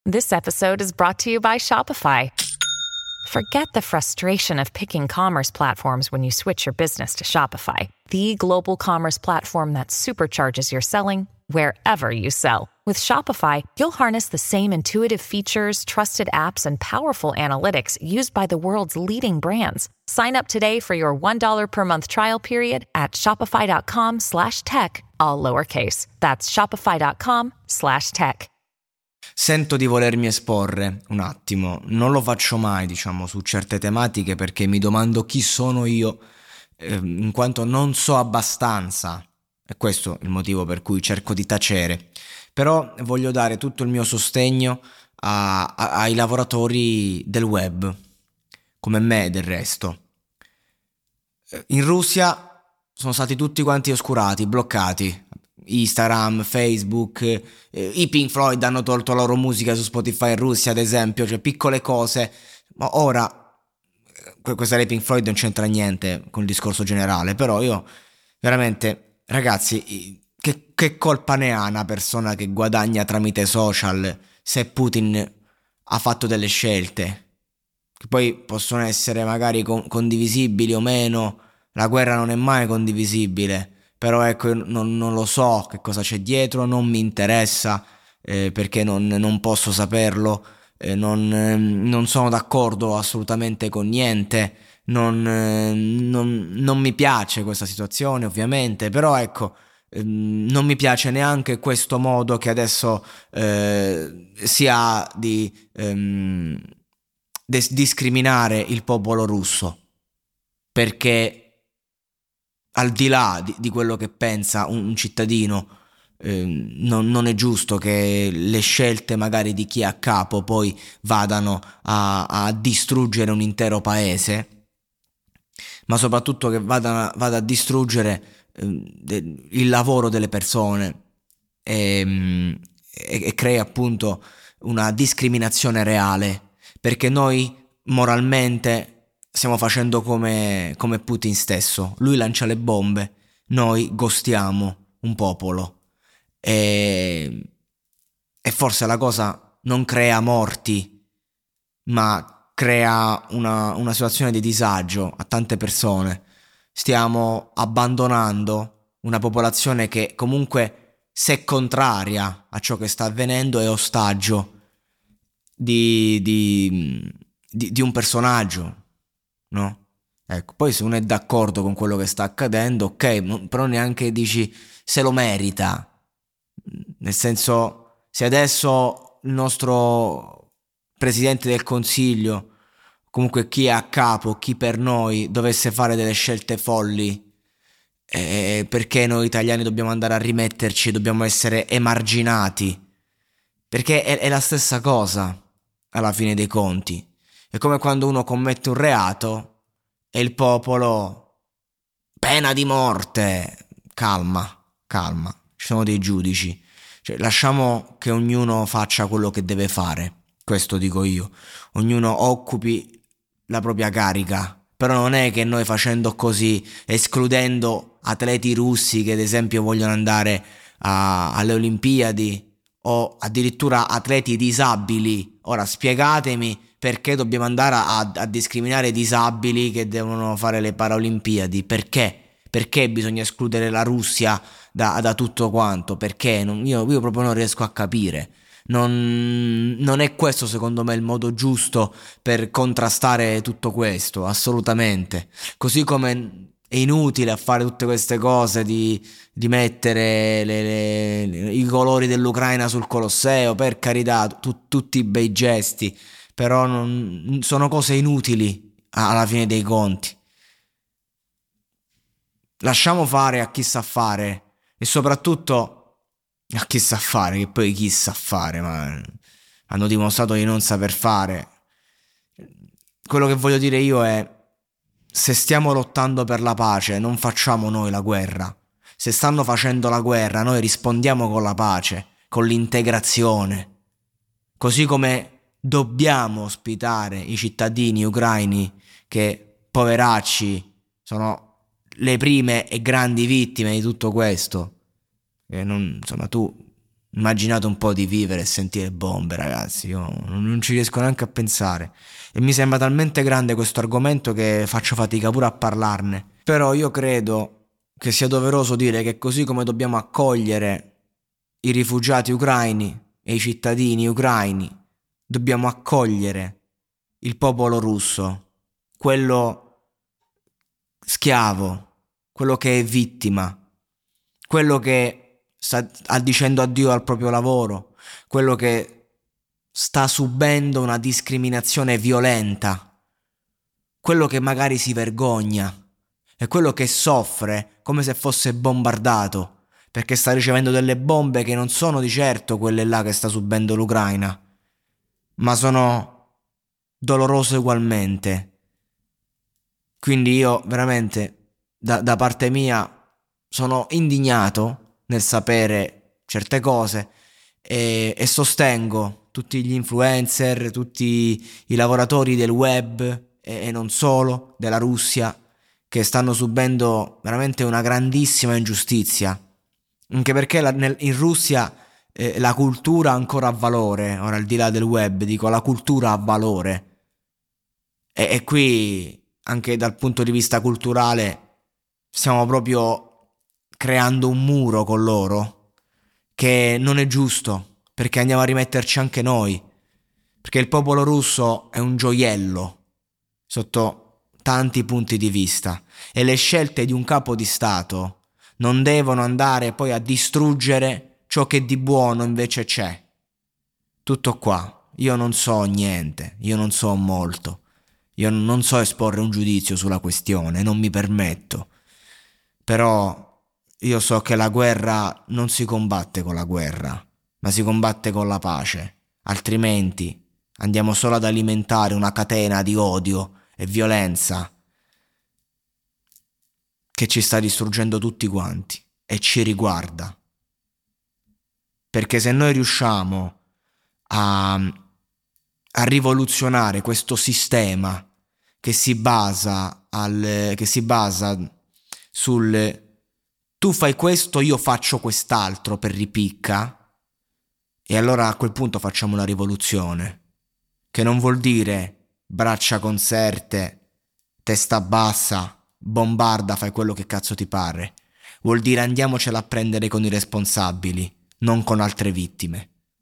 This episode is brought to you by Shopify. Forget the frustration of picking commerce platforms when you switch your business to Shopify, the global commerce platform that supercharges your selling wherever you sell. With Shopify, you'll harness the same intuitive features, trusted apps, and powerful analytics used by the world's leading brands. Sign up today for your $1 per month trial period at shopify.com/tech, all lowercase. That's shopify.com/tech. Sento di volermi esporre un attimo, non lo faccio mai, su certe tematiche perché mi domando chi sono io, in quanto non so abbastanza, e questo è il motivo per cui cerco di tacere. Però voglio dare tutto il mio sostegno ai lavoratori del web, come me del resto. In Russia sono stati tutti quanti oscurati, bloccati. Instagram, Facebook, i Pink Floyd hanno tolto la loro musica su Spotify in Russia, ad esempio, cioè piccole cose. Ma ora, questa dei Pink Floyd non c'entra niente con il discorso generale, però io veramente, ragazzi, che colpa ne ha una persona che guadagna tramite social se Putin ha fatto delle scelte che poi possono essere magari condivisibili o meno? La guerra non è mai condivisibile, però ecco, non lo so che cosa c'è dietro, non mi interessa, perché non posso saperlo, non sono d'accordo assolutamente con niente, non mi piace questa situazione ovviamente, però ecco, non mi piace neanche questo modo che adesso si ha di discriminare il popolo russo, perché al di là di quello che pensa un cittadino, non è giusto che le scelte magari di chi è a capo poi vadano a distruggere un intero paese, ma soprattutto che vada a distruggere il lavoro delle persone e crea appunto una discriminazione reale, perché noi moralmente stiamo facendo come Putin stesso. Lui lancia le bombe, noi ghostiamo un popolo e forse la cosa non crea morti, ma crea una situazione di disagio a tante persone. Stiamo abbandonando una popolazione che comunque, se contraria a ciò che sta avvenendo, è ostaggio di un personaggio, no? Ecco, poi se uno è d'accordo con quello che sta accadendo, ok, però neanche dici se lo merita. Nel senso, se adesso il nostro Presidente del Consiglio, comunque chi è a capo, chi per noi, dovesse fare delle scelte folli, perché noi italiani dobbiamo andare a rimetterci, dobbiamo essere emarginati? Perché è la stessa cosa alla fine dei conti. È come quando uno commette un reato e il popolo, pena di morte. Calma, ci sono dei giudici, cioè lasciamo che ognuno faccia quello che deve fare, questo dico io, ognuno occupi la propria carica, però non è che noi facendo così, escludendo atleti russi che ad esempio vogliono andare alle Olimpiadi, o addirittura atleti disabili, ora spiegatemi perché dobbiamo andare a discriminare i disabili che devono fare le Paralimpiadi. Perché bisogna escludere la Russia da tutto quanto? Perché? Io proprio non riesco a capire. Non è questo secondo me il modo giusto per contrastare tutto questo, assolutamente. Così come è inutile a fare tutte queste cose di mettere i colori dell'Ucraina sul Colosseo, per carità, tutti bei gesti, però sono cose inutili alla fine dei conti. Lasciamo fare a chi sa fare, e soprattutto a chi sa fare, che poi chi sa fare, ma hanno dimostrato di non saper fare. Quello che voglio dire io è: se stiamo lottando per la pace, non facciamo noi la guerra. Se stanno facendo la guerra, noi rispondiamo con la pace, con l'integrazione. Così come dobbiamo ospitare i cittadini ucraini che, poveracci, sono le prime e grandi vittime di tutto questo. Tu Immaginate un po' di vivere e sentire bombe, ragazzi, io non ci riesco neanche a pensare. E mi sembra talmente grande questo argomento che faccio fatica pure a parlarne. Però io credo che sia doveroso dire che così come dobbiamo accogliere i rifugiati ucraini e i cittadini ucraini, dobbiamo accogliere il popolo russo, quello schiavo, quello che è vittima, quello che sta dicendo addio al proprio lavoro, quello che sta subendo una discriminazione violenta, quello che magari si vergogna e quello che soffre come se fosse bombardato perché sta ricevendo delle bombe che non sono di certo quelle là che sta subendo l'Ucraina, ma sono dolorose ugualmente. Quindi io veramente da parte mia sono indignato nel sapere certe cose e sostengo tutti gli influencer, tutti i lavoratori del web e non solo, della Russia, che stanno subendo veramente una grandissima ingiustizia. Anche perché in Russia la cultura ancora ha valore, ora al di là del web, dico la cultura ha valore. E qui, anche dal punto di vista culturale, stiamo proprio creando un muro con loro, che non è giusto, perché andiamo a rimetterci anche noi. Perché il popolo russo è un gioiello, sotto tanti punti di vista, e le scelte di un capo di Stato non devono andare poi a distruggere ciò che di buono invece c'è. Tutto qua. Io non so niente, io non so molto. Io non so esporre un giudizio sulla questione, non mi permetto. Però io so che la guerra non si combatte con la guerra, ma si combatte con la pace. Altrimenti andiamo solo ad alimentare una catena di odio e violenza che ci sta distruggendo tutti quanti e ci riguarda. Perché se noi riusciamo a rivoluzionare questo sistema che si basa sul tu fai questo, io faccio quest'altro per ripicca, e allora a quel punto facciamo una rivoluzione, che non vuol dire braccia conserte, testa bassa, bombarda, fai quello che cazzo ti pare. Vuol dire andiamocela a prendere con i responsabili, non con altre vittime.